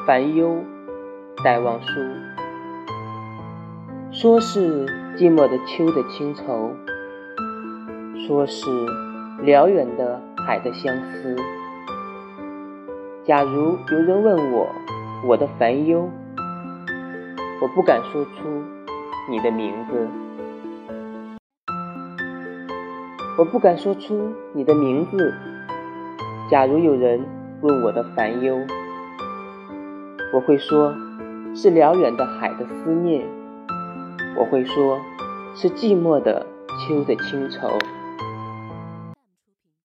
烦忧待忘书。说是寂寞的秋的清愁，说是辽远的海的相思。假如有人问我的烦忧，我不敢说出你的名字，我不敢说出你的名字。假如有人问我的烦忧，我会说是辽远的海的思念，我会说是寂寞的秋的清愁。